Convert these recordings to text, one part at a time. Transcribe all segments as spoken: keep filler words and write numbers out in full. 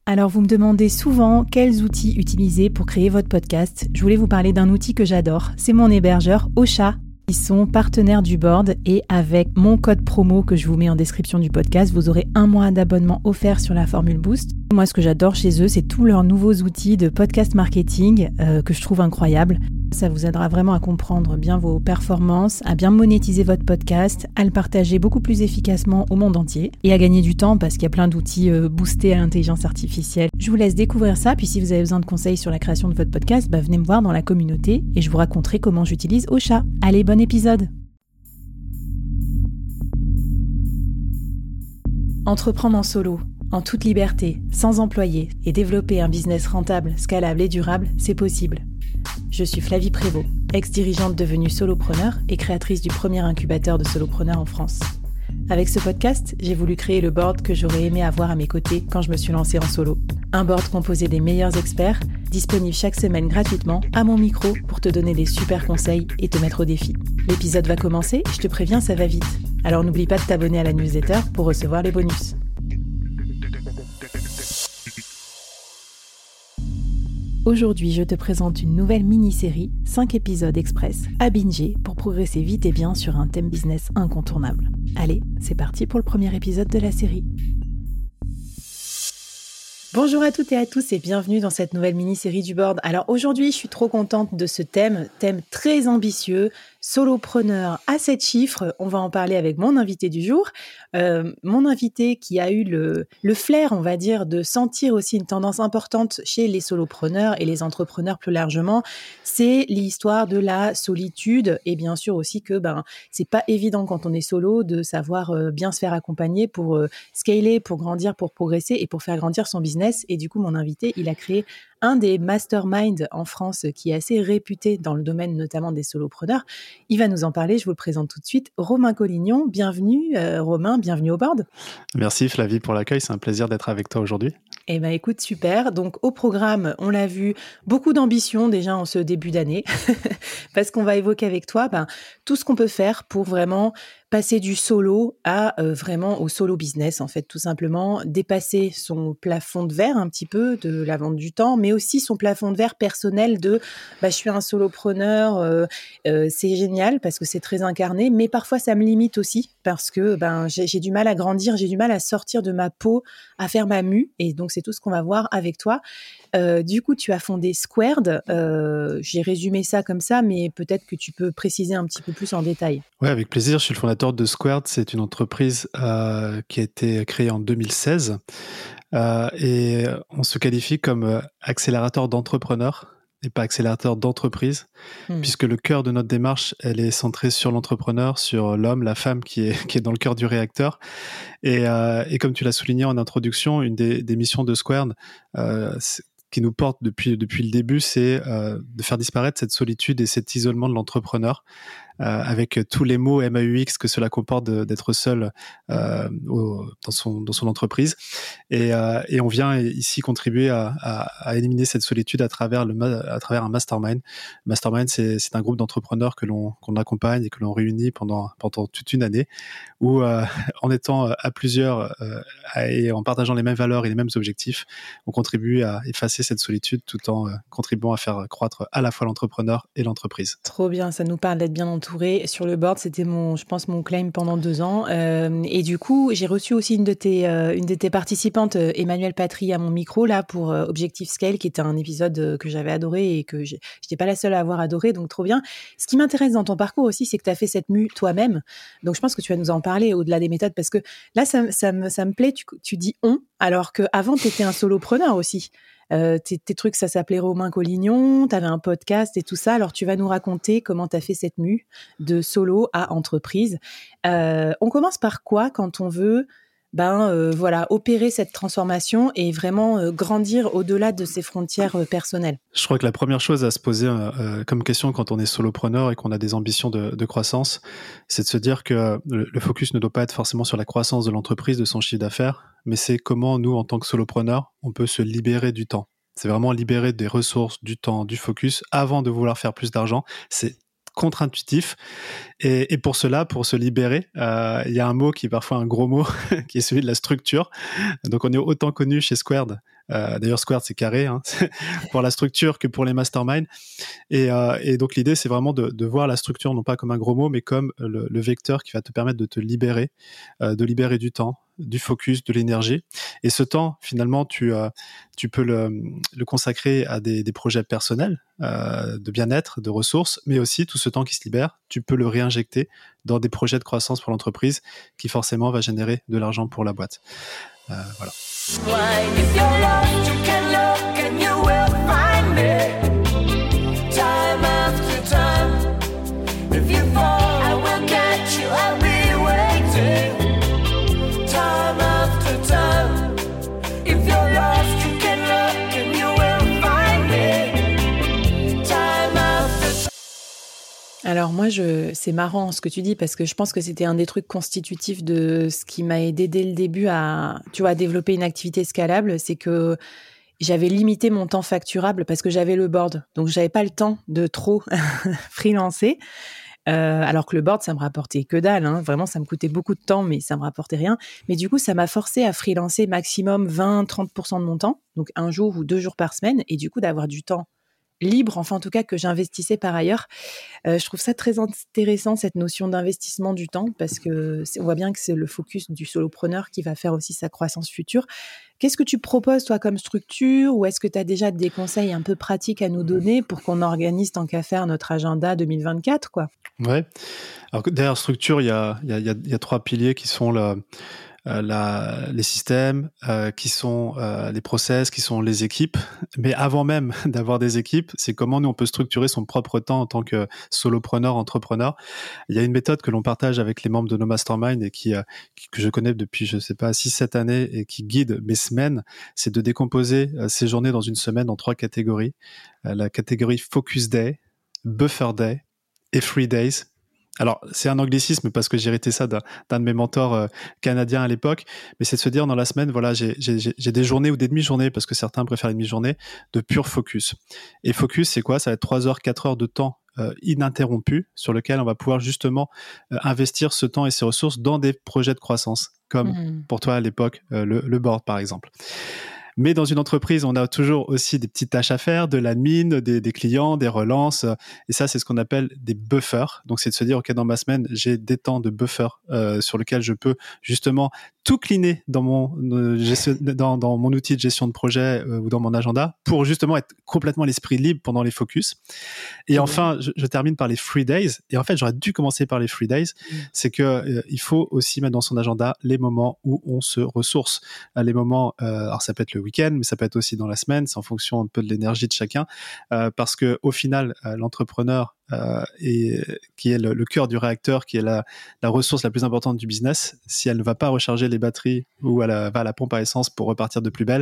Alors vous me demandez souvent quels outils utiliser pour créer votre podcast. Je voulais vous parler d'un outil que j'adore, c'est mon hébergeur Ocha. Ils sont partenaires du board et avec mon code promo que je vous mets en description du podcast, vous aurez un mois d'abonnement offert sur la formule Boost. Moi, ce que j'adore chez eux, c'est tous leurs nouveaux outils de podcast marketing euh, que je trouve incroyables. Ça vous aidera vraiment à comprendre bien vos performances, à bien monétiser votre podcast, à le partager beaucoup plus efficacement au monde entier et à gagner du temps parce qu'il y a plein d'outils euh, boostés à l'intelligence artificielle. Je vous laisse découvrir ça, puis si vous avez besoin de conseils sur la création de votre podcast, bah, venez me voir dans la communauté et je vous raconterai comment j'utilise Ocha. Allez, bon épisode. Entreprendre en solo, en toute liberté, sans employé et développer un business rentable, scalable et durable, c'est possible. Je suis Flavie Prévost, ex-dirigeante devenue solopreneur et créatrice du premier incubateur de solopreneurs en France. Avec ce podcast, j'ai voulu créer le board que j'aurais aimé avoir à mes côtés quand je me suis lancée en solo. Un board composé des meilleurs experts, disponible chaque semaine gratuitement à mon micro pour te donner des super conseils et te mettre au défi. L'épisode va commencer et je te préviens, ça va vite. Alors n'oublie pas de t'abonner à la newsletter pour recevoir les bonus. Aujourd'hui, je te présente une nouvelle mini-série, cinq épisodes express à binger pour progresser vite et bien sur un thème business incontournable. Allez, c'est parti pour le premier épisode de la série. Bonjour à toutes et à tous et bienvenue dans cette nouvelle mini-série du board. Alors aujourd'hui, je suis trop contente de ce thème, thème très ambitieux, solopreneur à sept chiffres. On va en parler avec mon invité du jour. Euh, mon invité qui a eu le, le flair, on va dire, de sentir aussi une tendance importante chez les solopreneurs et les entrepreneurs plus largement, c'est l'histoire de la solitude et bien sûr aussi que ben c'est pas évident quand on est solo de savoir euh, bien se faire accompagner pour euh, scaler, pour grandir, pour progresser et pour faire grandir son business. Et du coup, mon invité, il a créé un des masterminds en France qui est assez réputé dans le domaine notamment des solopreneurs. Il va nous en parler, je vous le présente tout de suite. Romain Collignon, bienvenue. Euh, Romain, bienvenue au board. Merci Flavie pour l'accueil, c'est un plaisir d'être avec toi aujourd'hui. Eh bien écoute, super. Donc au programme, on l'a vu, beaucoup d'ambition déjà en ce début d'année, parce qu'on va évoquer avec toi ben, tout ce qu'on peut faire pour vraiment passer du solo à euh, vraiment au solo business, en fait, tout simplement, dépasser son plafond de verre un petit peu de la vente du temps, mais aussi son plafond de verre personnel de bah, je suis un solopreneur, euh, euh, c'est génial parce que c'est très incarné, mais parfois ça me limite aussi parce que ben, j'ai, j'ai du mal à grandir, j'ai du mal à sortir de ma peau, à faire ma mue, et donc c'est tout ce qu'on va voir avec toi. Euh, du coup, tu as fondé Squared. Euh, j'ai résumé ça comme ça, mais peut-être que tu peux préciser un petit peu plus en détail. Oui, avec plaisir. Je suis le fondateur de Squared. C'est une entreprise euh, qui a été créée en deux mille seize euh, et on se qualifie comme accélérateur d'entrepreneurs et pas accélérateur d'entreprise, mmh. puisque le cœur de notre démarche, elle est centrée sur l'entrepreneur, sur l'homme, la femme qui est, qui est dans le cœur du réacteur. Et, euh, et comme tu l'as souligné en introduction, une des, des missions de Squared, euh, qui nous porte depuis, depuis le début, c'est euh, de faire disparaître cette solitude et cet isolement de l'entrepreneur, euh, avec tous les mots M A U X que cela comporte de, d'être seul euh, au, dans, son, dans son entreprise. Et, euh, et on vient ici contribuer à, à, à éliminer cette solitude à travers, le, à travers un mastermind. Mastermind, c'est, c'est un groupe d'entrepreneurs que l'on, qu'on accompagne et que l'on réunit pendant, pendant toute une année, où euh, en étant à plusieurs euh, et en partageant les mêmes valeurs et les mêmes objectifs, on contribue à effacer cette solitude tout en euh, contribuant à faire croître à la fois l'entrepreneur et l'entreprise. Trop bien, ça nous parle d'être bien entouré. Sur le board, c'était mon, je pense, mon claim pendant deux ans. Euh, et du coup, j'ai reçu aussi une de tes, euh, une de tes participantes, Emmanuelle Patry, à mon micro là pour euh, Objectif Scale, qui était un épisode euh, que j'avais adoré et que j'ai, j'étais pas la seule à avoir adoré, donc trop bien. Ce qui m'intéresse dans ton parcours aussi, c'est que tu as fait cette mue toi-même. Donc je pense que tu vas nous en parler au-delà des méthodes, parce que là, ça, ça, me, ça me plaît. Tu, tu dis on, alors qu'avant, tu étais un solopreneur aussi. Euh, tes, tes trucs, ça s'appelait Romain Collignon, tu avais un podcast et tout ça. Alors, tu vas nous raconter comment tu as fait cette mue de solo à entreprise. Euh, on commence par quoi quand on veut ben, euh, voilà, opérer cette transformation et vraiment euh, grandir au-delà de ses frontières euh, personnelles? Je crois que la première chose à se poser euh, comme question quand on est solopreneur et qu'on a des ambitions de, de croissance, c'est de se dire que le, le focus ne doit pas être forcément sur la croissance de l'entreprise, de son chiffre d'affaires, mais c'est comment nous, en tant que solopreneur, on peut se libérer du temps. C'est vraiment libérer des ressources, du temps, du focus avant de vouloir faire plus d'argent. C'est contre-intuitif. Et, et pour cela, pour se libérer, euh, il y a un mot qui est parfois un gros mot, qui est celui de la structure. Donc, on est autant connu chez Squared Euh, d'ailleurs, Squared, c'est carré, hein, pour la structure que pour les masterminds. Et, euh, et donc, l'idée, c'est vraiment de, de voir la structure, non pas comme un gros mot, mais comme le, le vecteur qui va te permettre de te libérer, euh, de libérer du temps, du focus, de l'énergie. Et ce temps, finalement, tu, euh, tu peux le, le consacrer à des, des projets personnels, euh, de bien-être, de ressources, mais aussi tout ce temps qui se libère, tu peux le réinjecter dans des projets de croissance pour l'entreprise qui forcément va générer de l'argent pour la boîte. Euh, voilà. Alors moi, je, c'est marrant ce que tu dis parce que je pense que c'était un des trucs constitutifs de ce qui m'a aidé dès le début à, tu vois, à développer une activité scalable, c'est que j'avais limité mon temps facturable parce que j'avais le board, donc j'avais pas le temps de trop freelancer. Euh, alors que le board, ça me rapportait que dalle, hein. Vraiment, ça me coûtait beaucoup de temps, mais ça me rapportait rien. Mais du coup, ça m'a forcé à freelancer maximum vingt à trente pour cent de mon temps, donc un jour ou deux jours par semaine, et du coup d'avoir du temps libre, enfin en tout cas que j'investissais par ailleurs. Euh, je trouve ça très intéressant, cette notion d'investissement du temps, parce que on voit bien que c'est le focus du solopreneur qui va faire aussi sa croissance future. Qu'est-ce que tu proposes, toi, comme structure, ou est-ce que tu as déjà des conseils un peu pratiques à nous donner pour qu'on organise, tant qu'à faire, notre agenda deux mille vingt-quatre, quoi? Ouais. Alors, derrière structure, il y a, il y a, il y a, il y a trois piliers qui sont le, euh, la, les systèmes, euh, qui sont euh, les process, qui sont les équipes. Mais avant même d'avoir des équipes, c'est comment nous, on peut structurer son propre temps en tant que solopreneur, entrepreneur. Il y a une méthode que l'on partage avec les membres de nos masterminds et qui, euh, qui que je connais depuis, je sais pas, six sept années et qui guide mes semaines, c'est de décomposer euh, ces journées dans une semaine en trois catégories. Euh, la catégorie Focus Day, Buffer Day et Free Days. Alors, c'est un anglicisme parce que j'ai hérité ça d'un, d'un de mes mentors euh, canadiens à l'époque, mais c'est de se dire dans la semaine, voilà, j'ai, j'ai, j'ai des journées ou des demi-journées, parce que certains préfèrent les demi-journées, de pur focus. Et focus, c'est quoi? Ça va être trois heures, quatre heures de temps euh, ininterrompu sur lequel on va pouvoir justement euh, investir ce temps et ces ressources dans des projets de croissance, comme mmh. pour toi à l'époque, euh, le, le board par exemple. Mais dans une entreprise, on a toujours aussi des petites tâches à faire, de l'admin, des, des clients, des relances. Et ça, c'est ce qu'on appelle des buffers. Donc, c'est de se dire, OK, dans ma semaine, j'ai des temps de buffer euh, sur lesquels je peux justement tout cleaner dans mon, euh, gestion, dans, dans mon outil de gestion de projet euh, ou dans mon agenda pour justement être complètement l'esprit libre pendant les focus. Et mmh. enfin, je, je termine par les free days. Et en fait, j'aurais dû commencer par les free days. Mmh. C'est que euh, il faut aussi mettre dans son agenda les moments où on se ressource. Les moments, euh, alors ça peut être le week-end, mais ça peut être aussi dans la semaine, c'est en fonction un peu de l'énergie de chacun, euh, parce que au final, euh, l'entrepreneur euh, est, qui est le, le cœur du réacteur, qui est la, la ressource la plus importante du business, si elle ne va pas recharger les batteries ou elle va à la pompe à essence pour repartir de plus belle,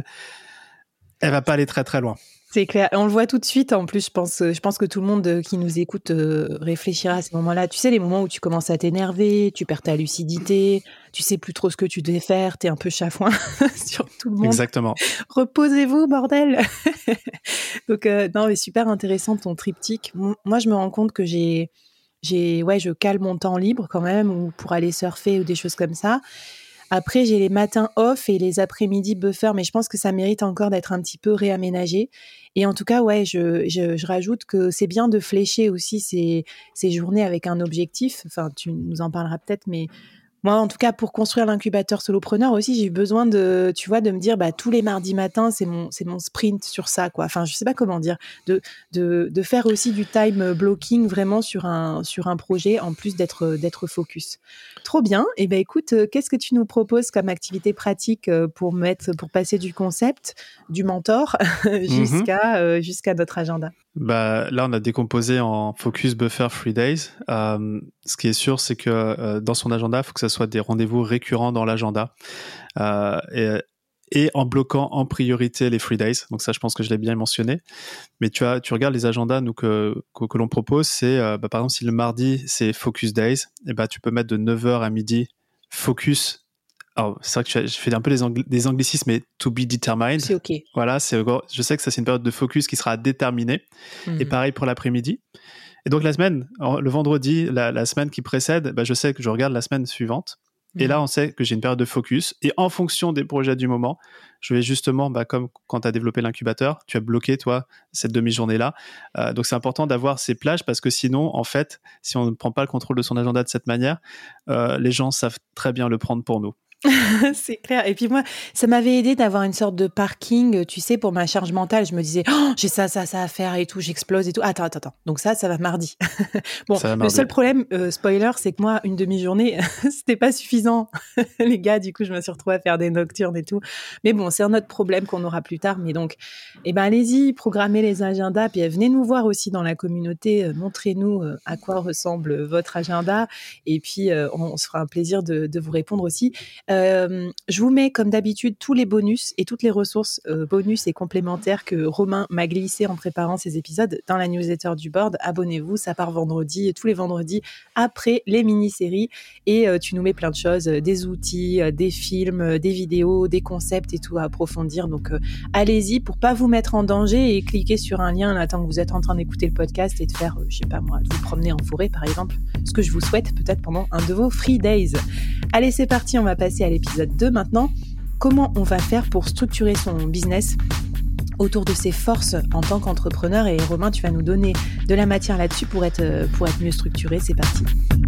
elle va pas aller très très loin. C'est clair. On le voit tout de suite. En plus, je pense, je pense que tout le monde qui nous écoute euh, réfléchira à ces moments-là. Tu sais, les moments où tu commences à t'énerver, tu perds ta lucidité, tu sais plus trop ce que tu devais faire, t'es un peu chafouin sur tout le monde. Exactement. Reposez-vous, bordel. Donc, euh, non, mais super intéressant ton triptyque. Moi, je me rends compte que j'ai, j'ai, ouais, je cale mon temps libre quand même, ou pour aller surfer ou des choses comme ça. Après, j'ai les matins off et les après-midi buffer, mais je pense que ça mérite encore d'être un petit peu réaménagé. Et en tout cas, ouais, je, je, je rajoute que c'est bien de flécher aussi ces, ces journées avec un objectif. Enfin, tu nous en parleras peut-être, mais moi, en tout cas, pour construire l'incubateur solopreneur aussi, j'ai eu besoin de, tu vois, de me dire, bah, tous les mardis matins, c'est mon, c'est mon sprint sur ça, quoi. Enfin, je sais pas comment dire, de, de, de faire aussi du time blocking vraiment sur un, sur un projet, en plus d'être, d'être focus. Trop bien. Et ben, écoute, qu'est-ce que tu nous proposes comme activité pratique pour mettre, pour passer du concept, du mentor, jusqu'à, euh, jusqu'à notre agenda? Bah, là, on a décomposé en focus, buffer, free days. Euh, ce qui est sûr, c'est que euh, dans son agenda, il faut que ça soit des rendez-vous récurrents dans l'agenda. Euh, et, et en bloquant en priorité les free days. Donc ça, je pense que je l'ai bien mentionné. Mais tu as, tu regardes les agendas nous, que, que, que l'on propose, c'est, euh, bah, par exemple, si le mardi, c'est focus days, et bah, tu peux mettre de neuf heures à midi focus. Alors, c'est vrai que je fais un peu des, angli- des anglicismes, mais to be determined. C'est OK. Voilà, c'est, je sais que ça, c'est une période de focus qui sera déterminée. Mmh. Et pareil pour l'après-midi. Et donc, la semaine, le vendredi, la, la semaine qui précède, bah, je sais que je regarde la semaine suivante. Mmh. Et là, on sait que j'ai une période de focus. Et en fonction des projets du moment, je vais justement, bah, comme quand tu as développé l'incubateur, tu as bloqué, toi, cette demi-journée-là. Euh, donc, c'est important d'avoir ces plages parce que sinon, en fait, si on ne prend pas le contrôle de son agenda de cette manière, euh, les gens savent très bien le prendre pour nous. C'est clair. Et puis moi, ça m'avait aidé d'avoir une sorte de parking, tu sais, pour ma charge mentale. Je me disais, oh, j'ai ça, ça, ça à faire et tout, j'explose et tout. Attends, attends, attends. Donc ça, ça va mardi. Bon, ça va le mardi. seul problème, euh, spoiler, c'est que moi, une demi-journée, c'était pas suffisant. Les gars, du coup, je me suis retrouvée à faire des nocturnes et tout. Mais bon, c'est un autre problème qu'on aura plus tard. Mais donc, eh ben, allez-y, programmez les agendas. Puis venez nous voir aussi dans la communauté. Euh, montrez-nous euh, à quoi ressemble votre agenda. Et puis, euh, on, on se fera un plaisir de, de vous répondre aussi. Euh, je vous mets comme d'habitude tous les bonus et toutes les ressources euh, bonus et complémentaires que Romain m'a glissé en préparant ces épisodes dans la newsletter du board. Abonnez-vous, ça part vendredi, tous les vendredis après les mini-séries et euh, tu nous mets plein de choses, euh, des outils, euh, des films, euh, des vidéos, des concepts et tout à approfondir. Donc euh, allez-y pour pas vous mettre en danger et cliquer sur un lien là, tant que vous êtes en train d'écouter le podcast et de faire, euh, je sais pas moi, de vous promener en forêt par exemple, ce que je vous souhaite peut-être pendant un de vos free days. Allez, c'est parti, on va passer à l'épisode deux maintenant. Comment on va faire pour structurer son business autour de ses forces en tant qu'entrepreneur? Et Romain, tu vas nous donner de la matière là-dessus pour être, pour être mieux structuré. C'est parti.